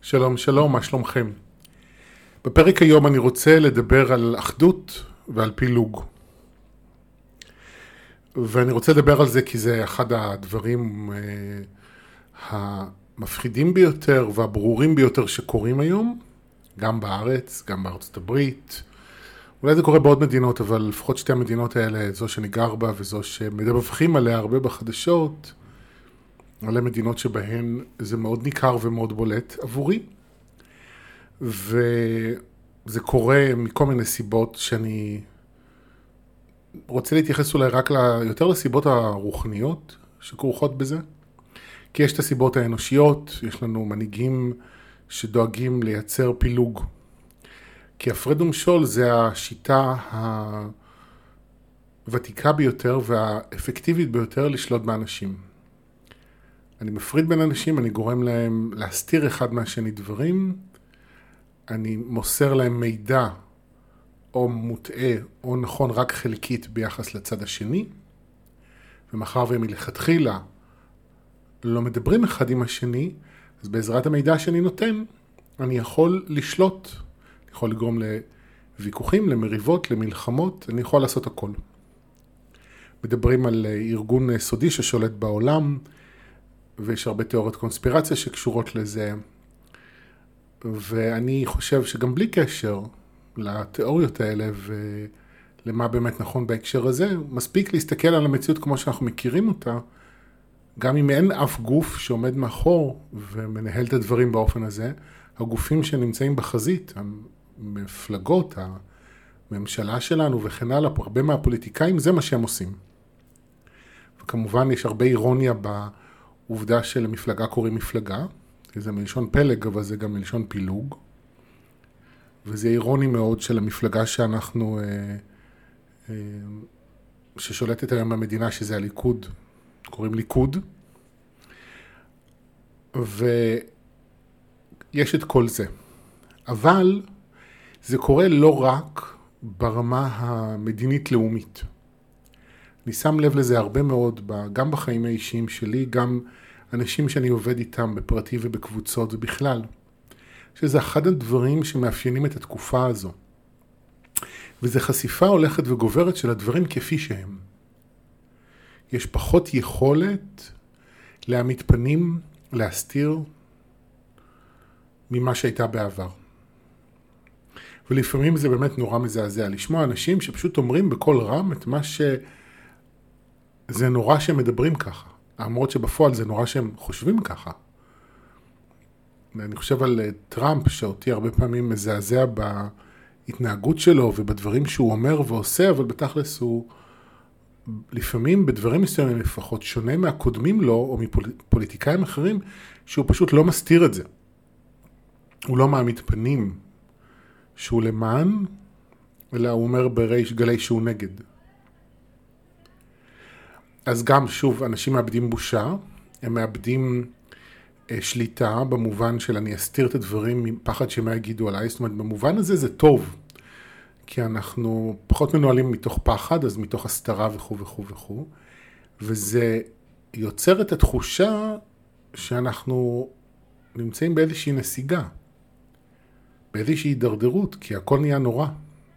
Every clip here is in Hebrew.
שלום, שלום, מה שלומכם? בפרק היום אני רוצה לדבר על אחדות ועל פילוג. ואני רוצה לדבר על זה כי זה אחד הדברים המפחידים ביותר והברורים ביותר שקורים היום, גם בארץ, גם בארצות הברית. אולי זה קורה בעוד מדינות, אבל לפחות שתי המדינות האלה, זו שאני גר בה וזו שמדווחים עליה הרבה בחדשות, אלה מדינות שבהן זה מאוד ניכר ומאוד בולט עבורי. וזה קורה מכל מיני סיבות שאני רוצה להתייחס אולי רק יותר לסיבות הרוחניות שכרוכות בזה. כי יש את הסיבות האנושיות, יש לנו מנהיגים שדואגים לייצר פילוג. כי הפרד ומשול זה השיטה הוותיקה ביותר והאפקטיבית ביותר לשלוט באנשים. אני מפריד בין אנשים, אני גורם להם להסתיר אחד מהשני דברים, אני מוסר להם מידע או מוטעה או נכון רק חלקית ביחס לצד השני, ומאחר והם מלכתחילה לא מדברים אחד עם השני, אז בעזרת המידע שאני נותן, אני יכול לשלוט, אני יכול לגרום לוויכוחים, למריבות, למלחמות, אני יכול לעשות הכל. מדברים על ארגון סודי ששולט בעולם, ויש הרבה תיאוריות קונספירציה שקשורות לזה, ואני חושב שגם בלי קשר לתיאוריות האלה ולמה באמת נכון בהקשר הזה, מספיק להסתכל על המציאות כמו שאנחנו מכירים אותה, גם אם אין אף גוף שעומד מאחור ומנהל את הדברים באופן הזה, הגופים שנמצאים בחזית, המפלגות, הממשלה שלנו וכן הלאה, הרבה מהפוליטיקאים, זה מה שהם עושים. וכמובן יש הרבה אירוניה בעובדה שלמפלגה קוראים מפלגה, זה מלשון פלג, אבל זה גם מלשון פילוג. וזה אירוני מאוד של המפלגה שאנחנו, ששולטת היום במדינה, שזה הליכוד, קוראים ליכוד. ויש את כל זה. אבל זה קורה לא רק ברמה המדינית-לאומית. אני שם לב לזה הרבה מאוד, גם בחיים האישיים שלי, גם אנשים שאני עובד איתם בפרטי ובקבוצות ובכלל, שזה אחד הדברים שמאפיינים את התקופה הזו. וזה חשיפה הולכת וגוברת של הדברים כפי שהם. יש פחות יכולת להעמיד פנים, להסתיר ממה שהייתה בעבר. ולפעמים זה באמת נורא מזעזע לשמוע אנשים שפשוט אומרים בכל רם את מה זה נורא שהם מדברים ככה. למרות שבפועל זה נורא שהם חושבים ככה. אני חושב על טראמפ, שאותי הרבה פעמים מזעזע בהתנהגות שלו ובדברים שהוא אומר ועושה, אבל בתכלס הוא לפעמים בדברים מסוימים לפחות שונה מהקודמים לו או מפוליטיקאים אחרים, שהוא פשוט לא מסתיר את זה. הוא לא מעמיד פנים שהוא למען, אלא הוא אומר בריש גלי שהוא נגד. אז גם שוב, אנשים מאבדים בושה, הם מאבדים שליטה במובן של אני אסתיר את הדברים מפחד שמה יגידו עליי, זאת אומרת במובן הזה זה טוב, כי אנחנו פחות מנוהלים מתוך פחד, אז מתוך הסתרה וכו' וכו' וכו', וזה יוצר את התחושה שאנחנו נמצאים באיזושהי נסיגה, באיזושהי הידרדרות, כי הכל נהיה נורא.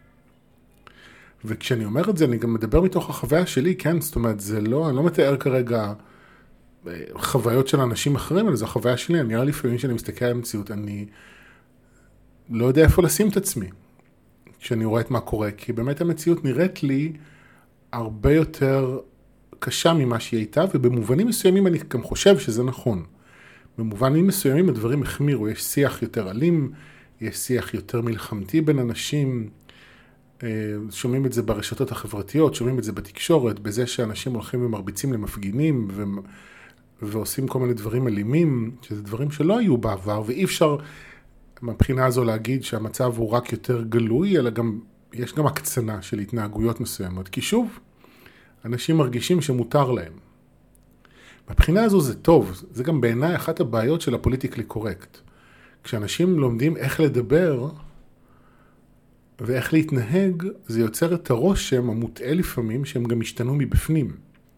וכשאני אומר את זה, אני גם מדבר מתוך החוויה שלי, כן? זאת אומרת, זה לא, אני לא מתאר כרגע חוויות של אנשים אחרים, אלא זו החוויה שלי. אני נראה לפעמים שאני מסתכל על המציאות, אני לא יודע איפה לשים את עצמי, כשאני רואה את מה קורה, כי באמת המציאות נראית לי הרבה יותר קשה ממה שהיא הייתה, ובמובנים מסוימים אני גם חושב שזה נכון. במובנים מסוימים הדברים החמירו, יש שיח יותר אלים, יש שיח יותר מלחמתי בין אנשים, שומעים את זה ברשתות החברתיות, שומעים את זה בתקשורת, בזה שאנשים הולכים ומרביצים למפגינים ועושים כל מיני דברים אלימים, שזה דברים שלא היו בעבר, ואי אפשר מבחינה הזו להגיד שהמצב הוא רק יותר גלוי, אלא גם יש גם הקצנה של התנהגויות מסוימות, כי שוב, אנשים מרגישים שמותר להם. מבחינה הזו זה טוב, זה גם בעיניי אחת הבעיות של הפוליטיקלי קורקט. כשאנשים לומדים איך לדבר ואיך להתנהג, זה יוצר את הרושם המוטעה לפעמים שהם גם השתנו מבפנים.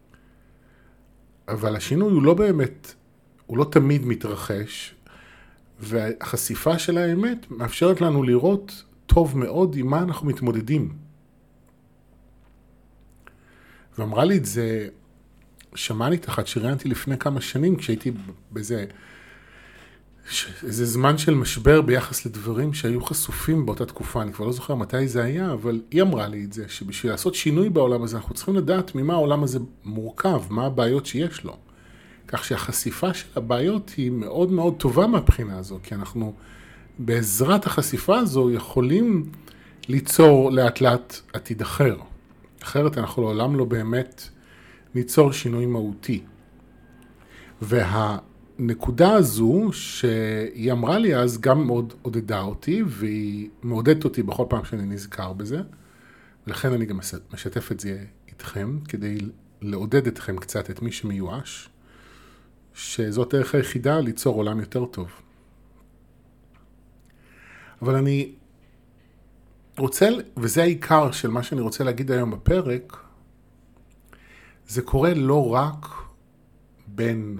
אבל השינוי הוא לא באמת, הוא לא תמיד מתרחש, והחשיפה של האמת מאפשרת לנו לראות טוב מאוד עם מה אנחנו מתמודדים. ואמרה לי את זה, שמענית אחת שראיינתי לפני כמה שנים, כשהייתי באיזה זמן של משבר ביחס לדברים שהיו חשופים באותה תקופה, אני כבר לא זוכר מתי זה היה, אבל היא אמרה לי את זה, שבשביל לעשות שינוי בעולם הזה, אנחנו צריכים לדעת ממה העולם הזה מורכב, מה הבעיות שיש לו. כך שהחשיפה של הבעיות היא מאוד מאוד טובה מהבחינה הזו, כי אנחנו בעזרת החשיפה הזו יכולים ליצור לאט לאט עתיד אחר. אחרת אנחנו לעולם לא באמת ניצור שינוי מהותי. והנקודה הזו שהיא אמרה לי אז גם מאוד עודדה אותי, והיא מעודדת אותי בכל פעם שאני נזכר בזה, ולכן אני גם משתף את זה איתכם, כדי לעודד אתכם קצת, את מי שמיואש, שזאת דרך היחידה ליצור עולם יותר טוב. אבל אני רוצה, וזה העיקר של מה שאני רוצה להגיד היום בפרק, זה קורה לא רק בין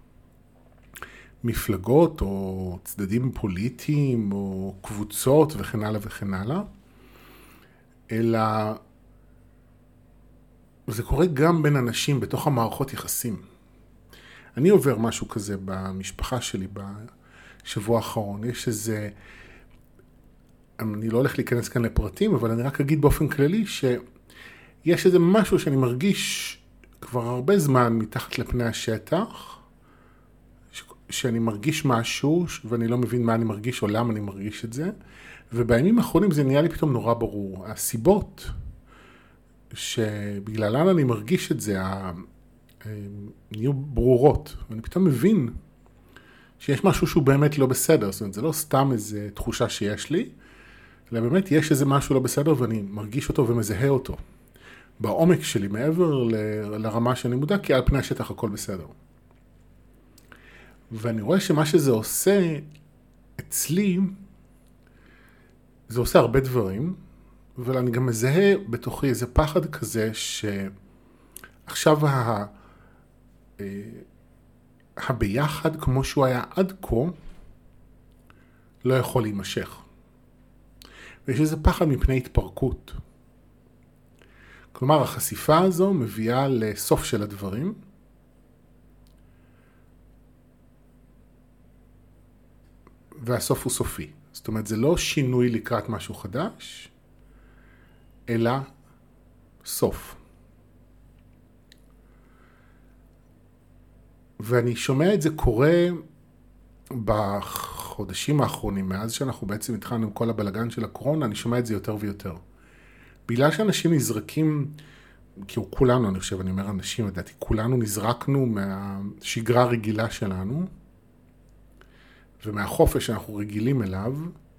מפלגות או צדדים פוליטיים או קבוצות וכן הלאה וכן הלאה, אלא זה קורה גם בין אנשים בתוך המערכות יחסים. אני עובר משהו כזה במשפחה שלי בשבוע האחרון. יש איזה, אני לא הולך להיכנס כאן לפרטים, אבל אני רק אגיד באופן כללי שיש איזה משהו שאני מרגיש כבר הרבה זמן מתחת לפני השטח, שאני מרגיש משהו ואני לא מבין מה אני מרגיש או למה אני מרגיש את זה, ובימים האחרונים זה נהיה לי פתאום נורא ברור. הסיבות שבגללן אני מרגיש את זה נהיו ברורות, ואני פתאום מבין שיש משהו שהוא באמת לא בסדר. זאת אומרת, זה לא סתם איזו תחושה שיש לי, אלא באמת יש איזה משהו לא בסדר ואני מרגיש אותו ומזהה אותו בעומק שלי, מעבר לרמה שאני מודע, כי על פני השטח הכל בסדר. ואני רואה שמה שזה עושה אצלי, זה עושה הרבה דברים, אבל אני גם מזהה בתוכי איזה פחד כזה שעכשיו הביחד כמו שהוא היה עד כה לא יכול להימשך. ויש איזה פחד מפני התפרקות. כלומר, החשיפה הזו מביאה לסוף של הדברים, והסוף הוא סופי. זאת אומרת, זה לא שינוי לקראת משהו חדש, אלא סוף. ואני שומע את זה קורה בחודשים האחרונים, מאז שאנחנו בעצם התחלנו עם כל הבלגן של הקורונה, אני שומע את זה יותר ויותר. בגלל שאנשים נזרקים, כי כולנו, אני חושב, אני אומר אנשים, לדעתי, כולנו נזרקנו מהשגרה הרגילה שלנו, ומהחופש שאנחנו רגילים אליו,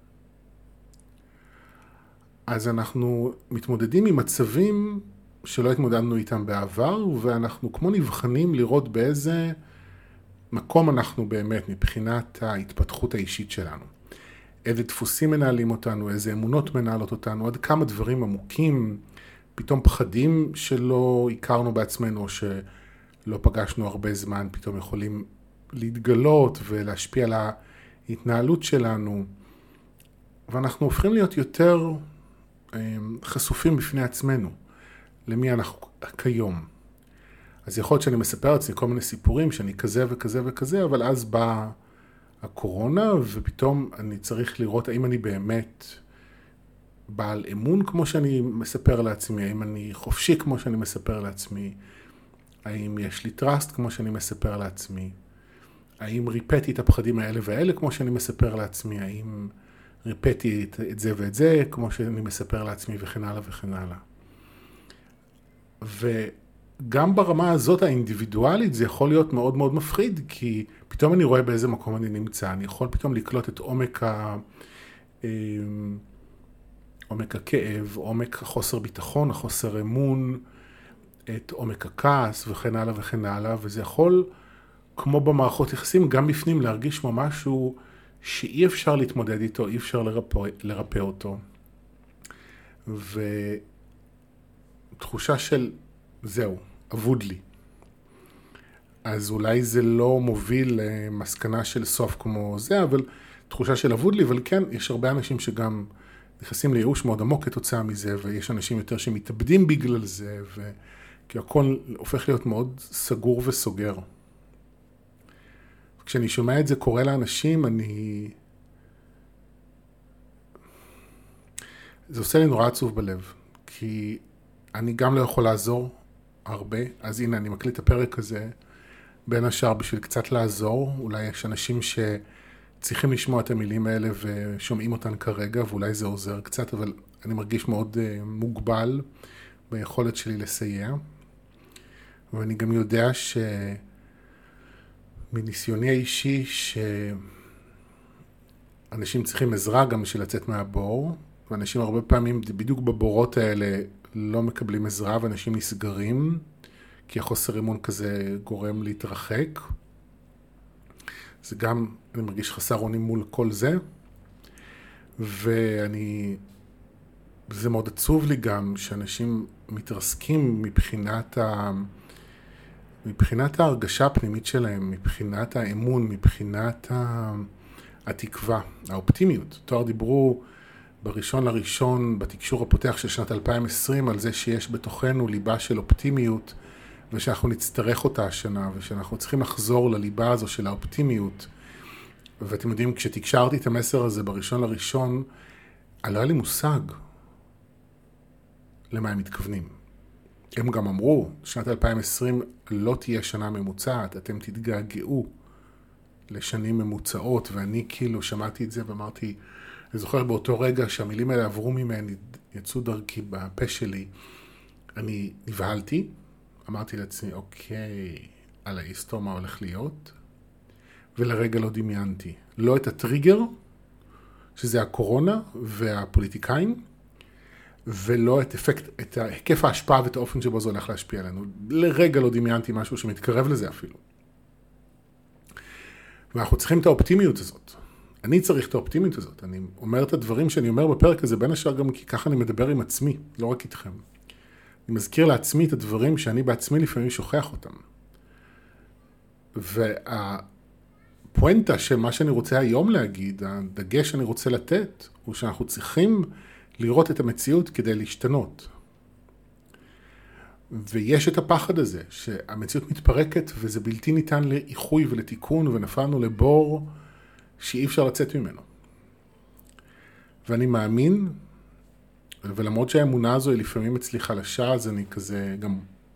אז אנחנו מתמודדים עם מצבים שלא התמודדנו איתם בעבר, ואנחנו כמו נבחנים לראות באיזה מקום אנחנו באמת מבחינת ההתפתחות האישית שלנו. איזה דפוסים מנהלים אותנו, איזה אמונות מנהלות אותנו, עד כמה דברים עמוקים, פתאום פחדים שלא הכרנו בעצמנו, או שלא פגשנו הרבה זמן, פתאום יכולים להתגלות ולהשפיע על ההתנהלות שלנו, ואנחנו הופכים להיות יותר חשופים בפני עצמנו, למי אנחנו כיום. אז יכול להיות שאני מספר לעצמי כל מיני סיפורים שאני כזה וכזה וכזה, אבל אז באה הקורונה, ופתאום אני צריך לראות האם אני באמת בעל אמון כמו שאני מספר לעצמי, האם אני חופשי כמו שאני מספר לעצמי, האם יש לי טראסט כמו שאני מספר לעצמי, האם ריפאתי את הפחדים האלה והאלה כמו שאני מספר לעצמי, האם ריפאתי את זה ואת זה כמו שאני מספר לעצמי וכן הלאה וכן הלאה. וגם ברמה הזאת האינדיבידואלית זה יכול להיות מאוד מאוד מפחיד, כי פתאום אני רואה באיזה מקום אני נמצא, אני יכול פתאום לקלוט את עומק הכאב, עומק החוסר ביטחון, החוסר אמון, את עומק הכעס וכן הלאה וכן הלאה, וזה יכול, כמו במערכות יחסים, גם בפנים להרגיש כמו משהו שאי אפשר להתמודד איתו, אי אפשר לרפא אותו. ותחושה של זהו, אבוד לי. אז אולי זה לא מוביל למסקנה של סוף כמו זה, אבל תחושה של אבוד לי, אבל כן, יש הרבה אנשים שגם נכנסים לייאוש מאוד עמוק כתוצאה מזה, ויש אנשים יותר שמתאבדים בגלל זה, כי הכל הופך להיות מאוד סגור וסוגר. כשאני שומע את זה קורה לאנשים, זה עושה לי נורא עצוב בלב, כי אני גם לא יכול לעזור הרבה, אז הנה אני מקליט את הפרק הזה בין השאר בשביל קצת לעזור, אולי יש אנשים שצריכים לשמוע את המילים האלה ושומעים אותן כרגע, ואולי זה עוזר קצת, אבל אני מרגיש מאוד מוגבל ביכולת שלי לסייע, ואני גם יודע מניסיוני האישי שאנשים צריכים עזרה גם בשביל לצאת מהבור, ואנשים הרבה פעמים בדיוק בבורות האלה לא מקבלים עזרה, ואנשים נסגרים, כי החוסר אמון כזה גורם להתרחק. זה גם, אני מרגיש חסר אונים מול כל זה, זה מאוד עצוב לי גם שאנשים מתרסקים מבחינת ההרגשה הפנימית שלהם, מבחינת האמון, מבחינת התקווה, האופטימיות. תואר דיברו בראשון לראשון, בתקשור הפותח של שנת 2020, על זה שיש בתוכנו ליבה של אופטימיות, ושאנחנו נצטרך אותה השנה, ושאנחנו צריכים לחזור לליבה הזו של האופטימיות. ואתם יודעים, כשתקשרתי את המסר הזה בראשון לראשון, לא היה לי מושג למה הם מתכוונים. הם גם אמרו, שנת 2020 לא תהיה שנה ממוצעת, אתם תתגעגעו לשנים ממוצעות, ואני כאילו שמעתי את זה ואמרתי, אני זוכר באותו רגע שהמילים האלה עברו ממני, יצאו דרכי בפה שלי, אני נבהלתי, אמרתי לעצמי, אוקיי, על ההיסטור מה הולך להיות, ולרגע לא דמיינתי. לא את הטריגר, שזה הקורונה והפוליטיקאים, ולא את היקף ההשפעה ואת האופן שבו זה הולך להשפיע עלינו. לרגע לא דמיינתי משהו שמתקרב לזה אפילו. ואנחנו צריכים את האופטימיות הזאת. אני צריך את האופטימיות הזאת. אני אומר את הדברים שאני אומר בפרק הזה, בין השאר גם כי ככה אני מדבר עם עצמי, לא רק איתכם. אני מזכיר לעצמי את הדברים שאני בעצמי לפעמים שוכח אותם. והפואנטה של מה שאני רוצה היום להגיד, הדגש שאני רוצה לתת, הוא שאנחנו צריכים לראות את המציאות כדי להשתנות. ויש את הפחד הזה, שהמציאות מתפרקת וזה בלתי ניתן לאיחוי ולתיקון, ונפלנו לבור שאי אפשר לצאת ממנו. ואני מאמין, ולמרות שהאמונה הזו היא לפעמים אצלי חלשה, אז אני כזה גם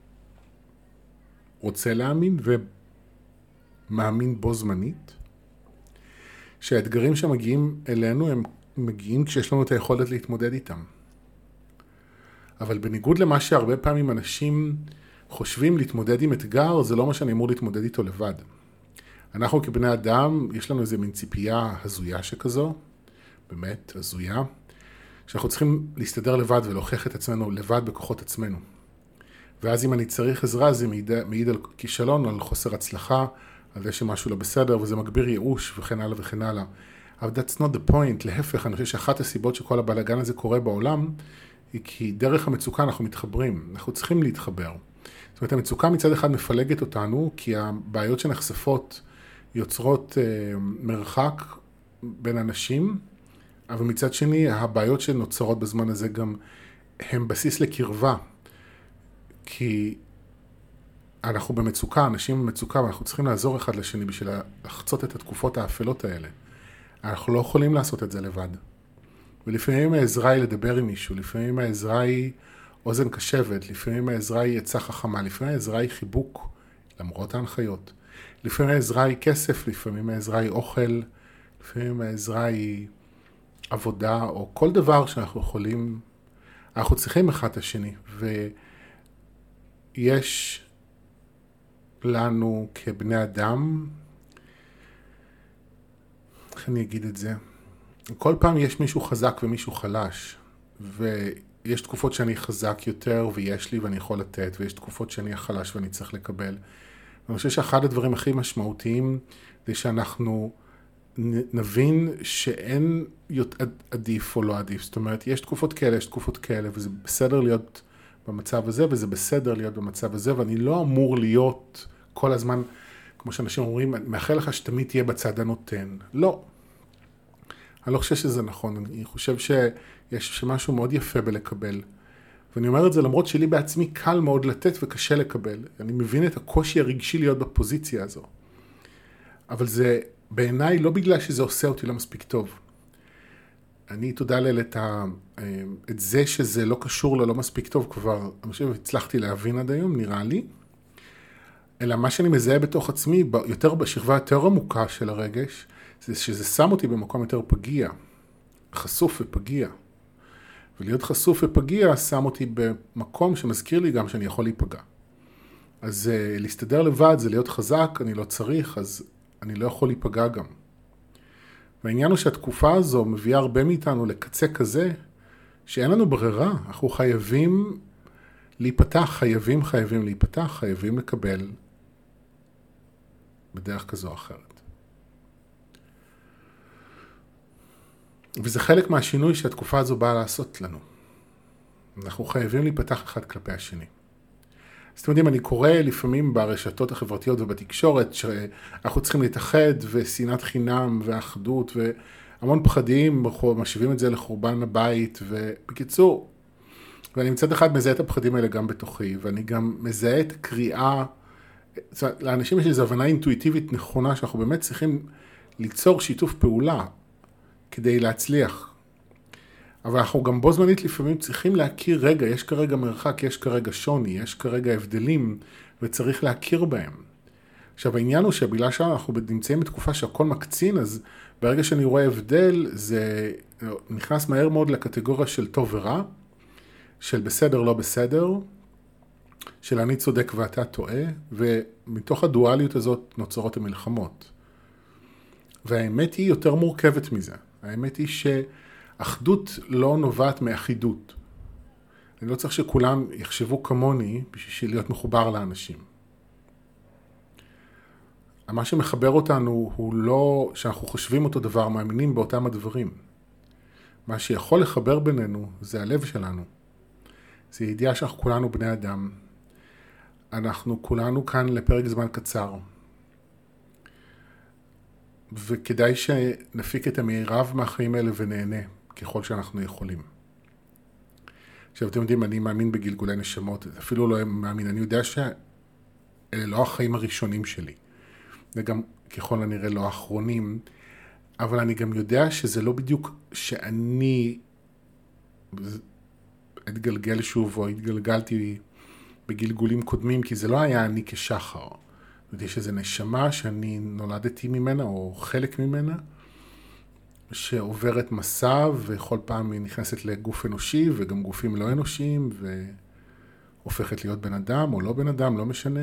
רוצה להאמין ומאמין בו זמנית, שהאתגרים שמגיעים אלינו הם מגיעים כשיש לנו את היכולת להתמודד איתם. אבל בניגוד למה שהרבה פעמים אנשים חושבים להתמודד עם אתגר, זה לא מה שאני אמור להתמודד איתו לבד. אנחנו כבני אדם, יש לנו איזה מין ציפייה הזויה שכזו, באמת הזויה, שאנחנו צריכים להסתדר לבד ולהוכיח את עצמנו לבד בכוחות עצמנו. ואז אם אני צריך עזרה, זה מעיד על כישלון, על חוסר הצלחה, על זה שמשהו לא בסדר, וזה מגביר ייאוש וכן הלאה וכן הלאה. אבל that's not the point, להפך, אני חושב שאחת הסיבות שכל הבלגן הזה קורה בעולם, היא כי דרך המצוקה אנחנו מתחברים, אנחנו צריכים להתחבר. זאת אומרת, המצוקה מצד אחד מפלגת אותנו, כי הבעיות שנחשפות יוצרות מרחק בין אנשים, אבל מצד שני, הבעיות שנוצרות בזמן הזה גם הם בסיס לקרבה, כי אנחנו במצוקה, אנשים במצוקה, ואנחנו צריכים לעזור אחד לשני בשביל לחצות את התקופות האפלות האלה. אנחנו לא יכולים לעשות את זה לבד. ולפעמים העזרה היא לדבר עם מישהו, לפעמים העזרה היא אוזן קשבת, לפעמים העזרה היא עצה חכמה, לפעמים העזרה היא חיבוק, למרות ההנחיות. לפעמים העזרה היא כסף, לפעמים העזרה היא אוכל, לפעמים העזרה היא עבודה, או כל דבר שאנחנו יכולים, אנחנו צריכים אחד את השני. ויש לנו כבני אדם, איך אני אגיד את זה? כל פעם יש מישהו חזק ומישהו חלש, ויש תקופות שאני חזק יותר ויש לי ואני יכול לתת, ויש תקופות שאני החלש ואני צריך לקבל. ואני חושב שאחד הדברים הכי משמעותיים זה שאנחנו נבין שאין עדיף או לא עדיף. זאת אומרת, יש תקופות כאלה, יש תקופות כאלה, וזה בסדר להיות במצב הזה, וזה בסדר להיות במצב הזה, ואני לא אמור להיות כל הזמן, כמו שאנשים אומרים, מאחל לך שתמיד תהיה בצד הנותן. לא. אני לא חושב שזה נכון, אני חושב שיש משהו מאוד יפה בלקבל. ואני אומר את זה למרות שלי בעצמי קל מאוד לתת וקשה לקבל. אני מבין את הקושי הרגשי להיות בפוזיציה הזו. אבל זה בעיניי לא בגלל שזה עושה אותי לא מספיק טוב. אני תודה לאל את זה שזה לא קשור ללא מספיק טוב כבר, אני חושב הצלחתי להבין עד היום, נראה לי. אלא מה שאני מזהה בתוך עצמי, יותר בשכבה יותר עמוקה של הרגש, זה שזה שם אותי במקום יותר פגיע, חשוף ופגיע. ולהיות חשוף ופגיע שם אותי במקום שמזכיר לי גם שאני יכול להיפגע. אז להסתדר לבד זה להיות חזק, אני לא צריך, אז אני לא יכול להיפגע גם. והעניין הוא שהתקופה הזו מביאה הרבה מאיתנו לקצה כזה, שאין לנו ברירה, אנחנו חייבים להיפתח, חייבים להיפתח, חייבים לקבל בדרך כזו או אחרת. וזה חלק מהשינוי שהתקופה הזו באה לעשות לנו. אנחנו חייבים להיפתח אחד כלפי השני. אז אתם יודעים, אני קורא לפעמים ברשתות החברתיות ובתקשורת שאנחנו צריכים להתאחד ושנאת חינם ואחדות והמון פחדים, משווים את זה לחורבן הבית ובקיצור, ואני מצד אחד מזהה את הפחדים האלה גם בתוכי, ואני גם מזהה את הקריאה, לאנשים יש איזו הבנה אינטואיטיבית נכונה שאנחנו באמת צריכים ליצור שיתוף פעולה כדי להצליח. אבל אנחנו גם בו זמנית לפעמים צריכים להכיר, רגע, יש כרגע מרחק, יש כרגע שוני, יש כרגע הבדלים, וצריך להכיר בהם. עכשיו, העניין הוא שבגלל שאנחנו נמצאים בתקופה שהכל מקצין, אז ברגע שאני רואה הבדל, זה נכנס מהר מאוד לקטגוריה של טוב ורע, של בסדר, לא בסדר, של אני צודק ואתה טועה, ומתוך הדואליות הזאת נוצרות המלחמות. והאמת היא יותר מורכבת מזה. האמת היא אחדות לא נובעת מאחידות. אני לא צריך שכולם יחשבו כמוני בשביל להיות מחובר לאנשים. מה שמחבר אותנו הוא לא שאנחנו חושבים אותו דבר, מאמינים באותם הדברים. מה שיכול לחבר בינינו זה הלב שלנו. זה ידיעה שאנחנו כולנו בני אדם. אנחנו כולנו כאן לפרק זמן קצר. וכדאי שנפיק את המעירב מהחיים האלה ונהנה. ככל שאנחנו יכולים. עכשיו, אתם יודעים, אני מאמין בגלגולי נשמות, אפילו לא מאמין, אני יודע שאלה לא החיים הראשונים שלי, וגם ככל הנראה לא האחרונים, אבל אני גם יודע שזה לא בדיוק שאני אתגלגל שוב, או התגלגלתי בגלגולים קודמים, כי זה לא היה אני כשחר. יש איזו נשמה שאני נולדתי ממנה, או חלק ממנה, שעוברת מסע, וכל פעם היא נכנסת לגוף אנושי, וגם גופים לא אנושיים, והופכת להיות בן אדם, או לא בן אדם, לא משנה.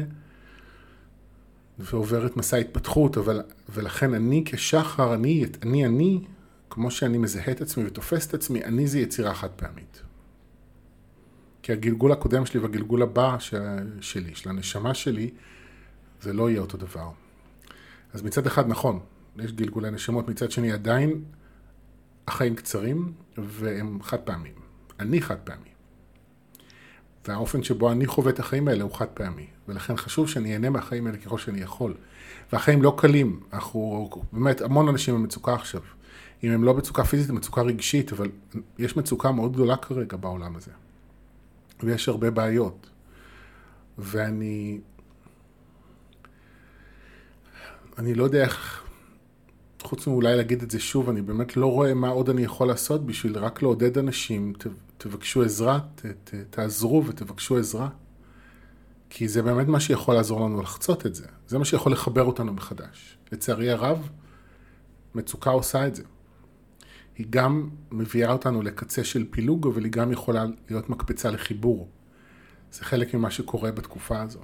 ועוברת מסע התפתחות, ולכן אני כשחר, אני, כמו שאני מזהה את עצמי ותופס את עצמי, אני זה יצירה חד פעמית. כי הגלגול הקודם שלי והגלגול הבא שלי, של הנשמה שלי, זה לא יהיה אותו דבר. אז מצד אחד נכון, יש גלגולי נשמות, מצד שני עדיין החיים קצרים והם חד פעמים. אני חד פעמי. והאופן שבו אני חווה את החיים האלה הוא חד פעמי. ולכן חשוב שאני אהנה מהחיים האלה ככל שאני יכול. והחיים לא קלים. באמת, המון אנשים במצוקה עכשיו. אם הם לא מצוקה פיזית, הם מצוקה רגשית, אבל יש מצוקה מאוד גדולה כרגע בעולם הזה. ויש הרבה בעיות. ואני לא יודע איך, חוץ מאולי להגיד את זה שוב, אני באמת לא רואה מה עוד אני יכול לעשות בשביל רק לעודד אנשים, תבקשו עזרה, תעזרו ותבקשו עזרה. כי זה באמת מה שיכול לעזור לנו לחצות את זה. זה מה שיכול לחבר אותנו מחדש. לצערי הרב, מצוקה עושה את זה. היא גם מביאה אותנו לקצה של פילוג, אבל היא גם יכולה להיות מקפצה לחיבור. זה חלק ממה שקורה בתקופה הזו.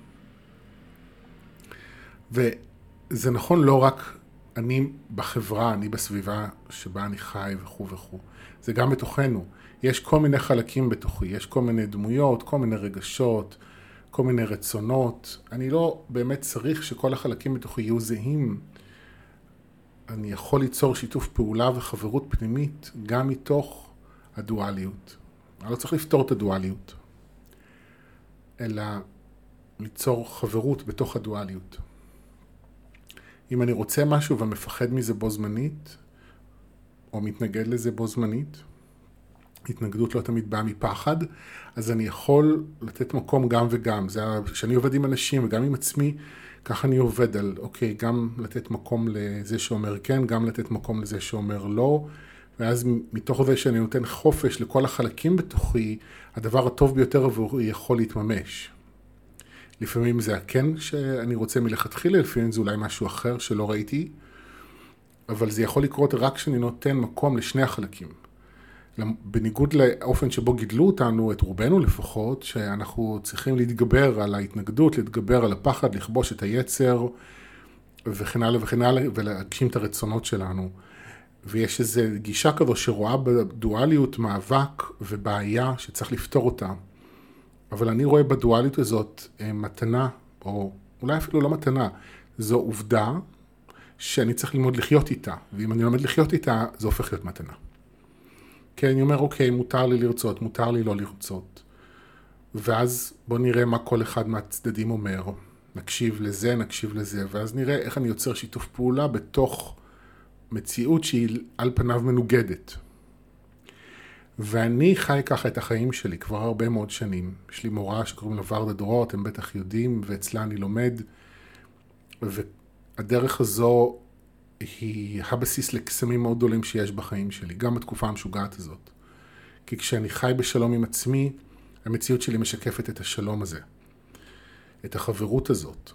וזה נכון לא רק אני בחברה, אני בסביבה שבה אני חי וכו' וכו'. זה גם בתוכנו. יש כל מיני חלקים בתוכי, יש כל מיני דמויות, כל מיני רגשות, כל מיני רצונות. אני לא באמת צריך שכל החלקים בתוכי יהיו זהים. אני יכול ליצור שיתוף פעולה וחברות פנימית גם מתוך הדואליות. אני לא צריך לפתור את הדואליות, אלא ליצור חברות בתוך הדואליות. אם אני רוצה משהו ומפחד מזה בו זמנית, או מתנגד לזה בו זמנית. התנגדות לא תמיד באה מפחד, אז אני יכול לתת מקום גם וגם. זה כשאני עובד עם אנשים וגם עם עצמי, ככה אני עובד על, אוקיי, גם לתת מקום לזה שאומר כן, גם לתת מקום לזה שאומר לא, ואז מתוך זה שאני נותן חופש לכל החלקים בתוכי, הדבר הטוב ביותר והוא יכול להתממש. לפעמים זה הכן שאני רוצה מלכתחילה, לפעמים זה אולי משהו אחר שלא ראיתי, אבל זה יכול לקרות רק כשאני נותן מקום לשני החלקים. בניגוד לאופן שבו גידלו אותנו, את רובנו לפחות, שאנחנו צריכים להתגבר על ההתנגדות, להתגבר על הפחד, לכבוש את היצר, וכן הלאה וכן הלאה, ולהגשים את הרצונות שלנו. ויש איזו גישה כזו שרואה בדואליות מאבק ובעיה שצריך לפתור אותה. אבל אני רואה בדואליות הזאת מתנה, או אולי אפילו לא מתנה, זו עובדה שאני צריך ללמוד לחיות איתה. ואם אני לומד לחיות איתה, זה הופך להיות מתנה. כי אני אומר, אוקיי, מותר לי לרצות, מותר לי לא לרצות. ואז בוא נראה מה כל אחד מהצדדים אומר. נקשיב לזה, נקשיב לזה, ואז נראה איך אני יוצר שיתוף פעולה בתוך מציאות שהיא על פניו מנוגדת. ואני חי ככה את החיים שלי כבר הרבה מאוד שנים. יש לי מורה שקוראים לה ורדה דרור, אתם בטח יודעים, ואצלה אני לומד. והדרך הזו היא הבסיס לקסמים מאוד גדולים שיש בחיים שלי, גם בתקופה המשוגעת הזאת. כי כשאני חי בשלום עם עצמי, המציאות שלי משקפת את השלום הזה, את החברות הזאת.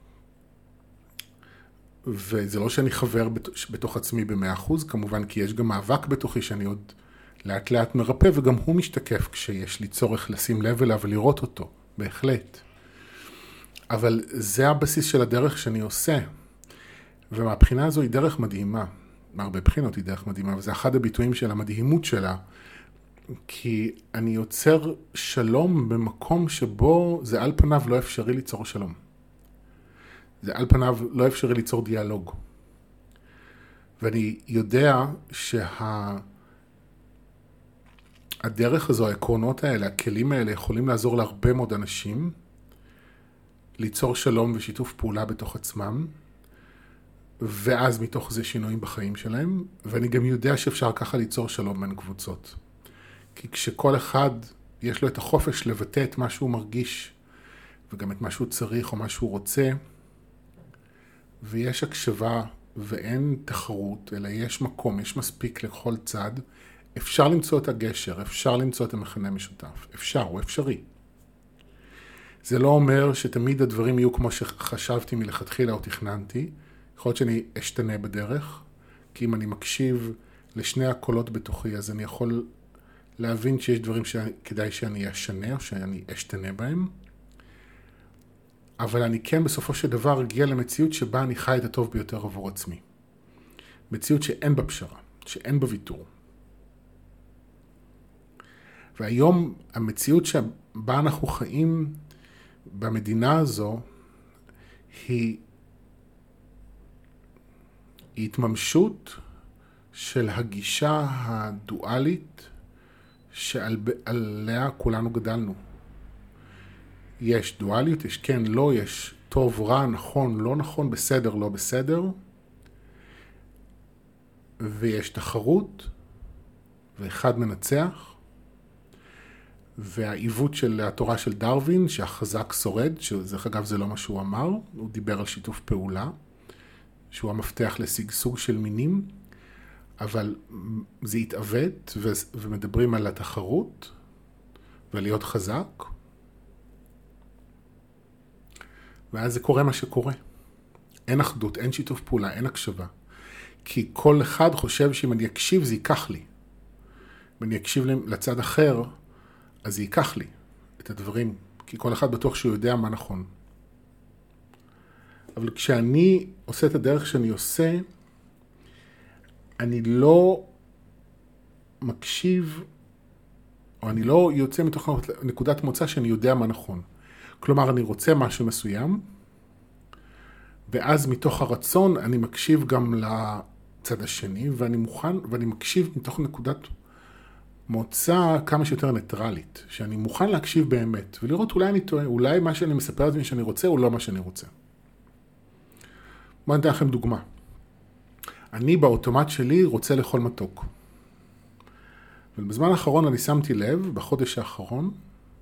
וזה לא שאני חבר בתוך עצמי ב100%, כמובן, כי יש גם מאבק בתוכי שאני עוד לאט לאט מרפא, וגם הוא משתקף כשיש לי צורך לשים לב אליו ולראות אותו, בהחלט. אבל זה הבסיס של הדרך שאני עושה. ומהבחינה הזו היא דרך מדהימה, מהרבה בחינות היא דרך מדהימה, וזה אחד הביטויים של המדהימות שלה, כי אני יוצר שלום במקום שבו זה על פניו לא אפשרי ליצור שלום. זה על פניו לא אפשרי ליצור דיאלוג. ואני יודע שהדרך הזו, העקרונות האלה, הכלים האלה יכולים לעזור להרבה מאוד אנשים ליצור שלום ושיתוף פעולה בתוך עצמם, ואז מתוך זה שינויים בחיים שלהם, ואני גם יודע שאפשר ככה ליצור שלום בין קבוצות. כי כשכל אחד יש לו את החופש לבטא את מה שהוא מרגיש, וגם את מה שהוא צריך או מה שהוא רוצה, ויש הקשבה ואין תחרות, אלא יש מקום, יש מספיק לכל צד, אפשר למצוא את הגשר, אפשר למצוא את המכנה משותף. אפשר, הוא אפשרי. זה לא אומר שתמיד הדברים יהיו כמו שחשבתי מלכתחילה או תכננתי, יכול להיות שאני אשתנה בדרך, כי אם אני מקשיב לשני הקולות בתוכי, אז אני יכול להבין שיש דברים שכדאי שאני אשנה או שאני אשתנה בהם. אבל אני כן בסופו של דבר אגיע למציאות שבה אני חי את הטוב ביותר עבור עצמי. מציאות שאין בה פשרה, שאין בה ויתור. והיום המציאות שבה אנחנו חיים במדינה הזו היא התממשות של הגישה הדואלית שעליה כולנו גדלנו. יש דואליות, יש כן, לא, יש טוב, רע, נכון, לא נכון, בסדר, לא בסדר. ויש תחרות, ואחד מנצח. והעיוות של התורה של דרווין, שהחזק שורד, שדרך אגב זה לא מה שהוא אמר, הוא דיבר על שיתוף פעולה, שהוא המפתח לשגשוג של מינים, אבל זה התעוות, ומדברים על התחרות, ולהיות חזק, ואז זה קורה מה שקורה. אין אחדות, אין שיתוף פעולה, אין הקשבה. כי כל אחד חושב שאם אני אקשיב זה ייקח לי. אם אני אקשיב לצד אחר, אז זה ייקח לי את הדברים. כי כל אחד בטוח שהוא יודע מה נכון. אבל כשאני עושה את הדרך שאני עושה, אני לא מקשיב, או אני לא יוצא מתוך נקודת מוצא שאני יודע מה נכון. כלומר, אני רוצה משהו מסוים, ואז מתוך הרצון אני מקשיב גם לצד השני, ואני מוכן, ואני מקשיב מתוך נקודת מוצא כמה שיותר ניטרלית, שאני מוכן להקשיב באמת, ולראות אולי אני טועה, אולי מה שאני מספר את זה שאני רוצה, הוא לא מה שאני רוצה. בואו נתן לכם דוגמה. אני באוטומט שלי רוצה לאכול מתוק. ובזמן האחרון אני שמתי לב, בחודש האחרון,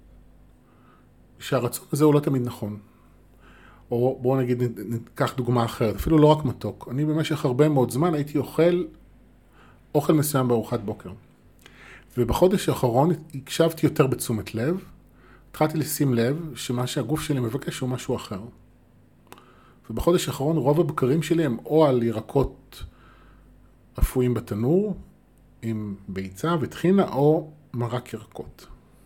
שהרצון הזה הוא לא תמיד נכון. או בואו נגיד, ניקח דוגמה אחרת, אפילו לא רק מתוק. אני במשך הרבה מאוד זמן הייתי אוכל מסוים בארוחת בוקר. ובחודש האחרון הקשבתי יותר בתשומת לב, התחלתי לשים לב שמה שהגוף שלי מבקש הוא משהו אחר. ובחודש האחרון רוב הבקרים שלי הם או על ירקות אפויים בתנור, עם ביצה וטחינה, או מרק ירקות.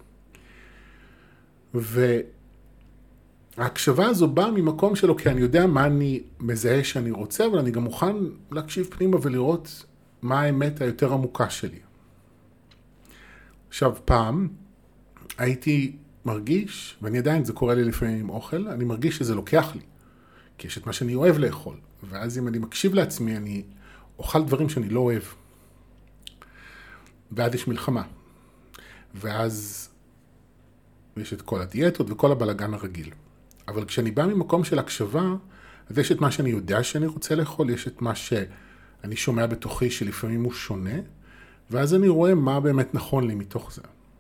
וההקשבה הזו באה ממקום שלו, כי אני יודע מה אני מזהה שאני רוצה, אבל אני גם מוכן להקשיב פנימה ולראות מה האמת היותר עמוקה שלי. עכשיו, פעם הייתי מרגיש, ואני עדיין, זה קורה לי לפעמים עם אוכל, אני מרגיש שזה לוקח לי, כי יש את מה שאני אוהב לאכול. ואז אם אני מקשיב לעצמי, אני אוכל דברים שאני לא אוהב. ואז יש מלחמה. ואז יש את כל הדיאטות וכל הבלגן הרגיל. אבל כשאני בא ממקום של הקשבה, אז יש את מה שאני יודע שאני רוצה לאכול, יש את מה שאני שומע בתוכי שלפעמים הוא שונה, ואז אני רואה מה באמת נכון לי מתוך זה.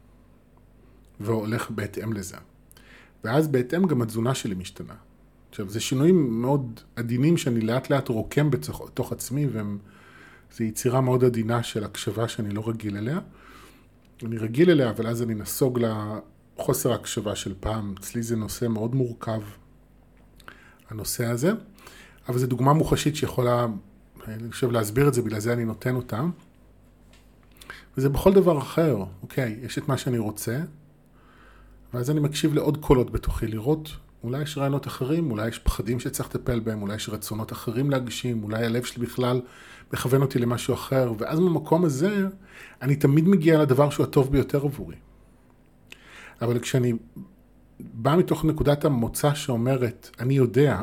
והולך בהתאם לזה. ואז בהתאם גם התזונה שלי משתנה. עכשיו, זה שינויים מאוד עדינים שאני לאט לאט רוקם בתוך עצמי, זו יצירה מאוד עדינה של הקשבה שאני לא רגיל אליה. אני רגיל אליה, אבל אז אני נסוג לחוסר הקשבה של פעם. אצלי זה נושא מאוד מורכב, הנושא הזה. אבל זו דוגמה מוחשית שיכולה, אני חושב, להסביר את זה, בגלל זה אני נותן אותה. וזה בכל דבר אחר. אוקיי, יש את מה שאני רוצה, ואז אני מקשיב לעוד קולות בתוכי, לראות, אולי יש רעיונות אחרים, אולי יש פחדים שצריך לטפל בהם, אולי יש רצונות אחרים להגשים, אולי הלב שלי בכלל מכוון אותי למשהו אחר, ואז במקום הזה אני תמיד מגיע לדבר שהוא הטוב ביותר עבורי. אבל כשאני בא מתוך נקודת המוצא שאומרת, אני יודע,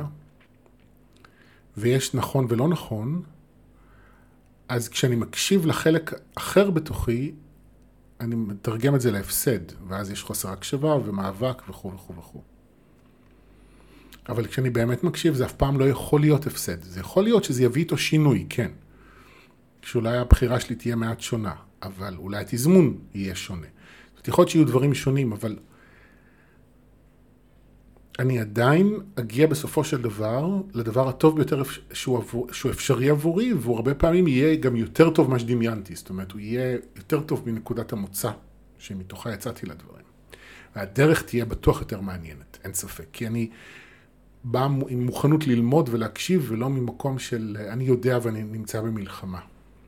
ויש נכון ולא נכון, אז כשאני מקשיב לחלק אחר בתוכי, אני מתרגם את זה להפסד, ואז יש חוסר הקשבה ומאבק וכו' וכו' וכו'. אבל כשאני באמת מקשיב, זה אף פעם לא יכול להיות הפסד. זה יכול להיות שזה יביא איתו שינוי, כן. שאולי הבחירה שלי תהיה מעט שונה, אבל אולי התזמון יהיה שונה. זאת יכול להיות שיהיו דברים שונים, אבל אני עדיין אגיע בסופו של דבר לדבר הטוב ביותר שהוא אפשרי עבורי, והוא הרבה פעמים יהיה גם יותר טוב מה שדמיינתי. זאת אומרת, הוא יהיה יותר טוב מנקודת המוצא שמתוכה יצאתי לדברים. והדרך תהיה בטוח יותר מעניינת, אין ספק. כי אני בא עם מוכנות ללמוד ולהקשיב, ולא ממקום של אני יודע ואני נמצא במלחמה.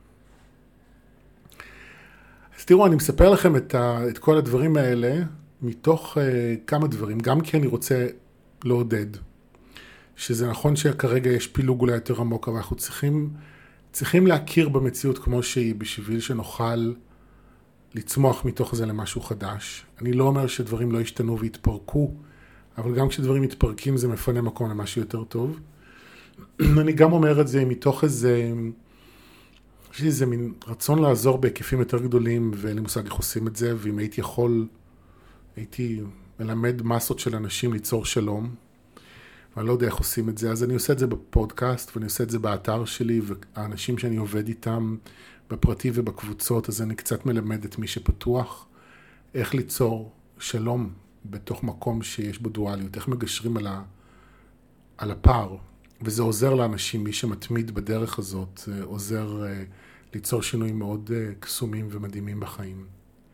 אז תראו, אני מספר לכם את כל הדברים האלה מתוך כמה דברים, גם כי אני רוצה לעודד, שזה נכון שכרגע יש פילוג אולי יותר עמוק, אבל אנחנו צריכים להכיר במציאות כמו שהיא, בשביל שנוכל לצמוח מתוך זה למשהו חדש. אני לא אומר שדברים לא ישתנו והתפרקו, אבל גם כשדברים מתפרקים זה מפנה מקום למשהו יותר טוב. אני גם אומר את זה מתוך יש לי איזה מין רצון לעזור בהיקפים יותר גדולים, ואין לי מושג איך עושים את זה, ואם הייתי יכול, הייתי מלמד מסות של אנשים ליצור שלום, ואני לא יודע איך עושים את זה, אז אני עושה את זה בפודקאסט, ואני עושה את זה באתר שלי, והאנשים שאני עובד איתם בפרטי ובקבוצות, אז אני קצת מלמד את מי שפתוח, איך ליצור שלום בתוך מקום שיש בו דואליות, איך מגשרים על הפער, וזה עוזר לאנשים, מי שמתמיד בדרך הזאת, עוזר ליצור שינויים מאוד קסומים ומדהימים בחיים.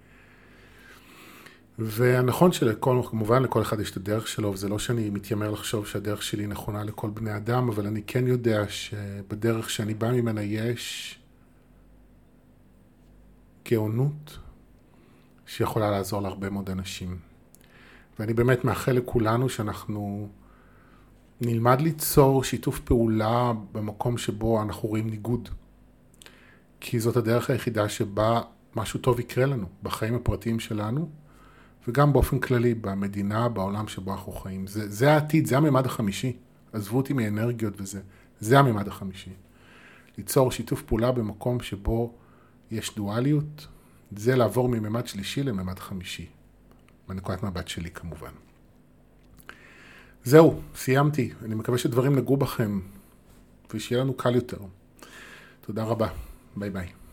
והנכון כמובן לכל אחד יש את הדרך שלו, וזה לא שאני מתיימר לחשוב שהדרך שלי נכונה לכל בני אדם, אבל אני כן יודע שבדרך שאני בא ממנה יש גאונות שיכולה לעזור להרבה מאוד אנשים. ואני באמת מאחל לכולנו שאנחנו נלמד ליצור שיתוף פעולה במקום שבו אנחנו רואים ניגוד. כי זאת הדרך היחידה שבה משהו טוב יקרה לנו, בחיים הפרטיים שלנו, וגם באופן כללי, במדינה, בעולם שבו אנחנו חיים. זה העתיד, זה הממד החמישי. עזבו אותי מאנרגיות וזה. זה הממד החמישי. ליצור שיתוף פעולה במקום שבו יש דואליות, זה לעבור מממד שלישי לממד חמישי. בנקודת מבט שלי כמובן. זהו, סיימתי. אני מקווה שדברים נגעו בכם, ושיהיה לנו קל יותר. תודה רבה. ביי ביי.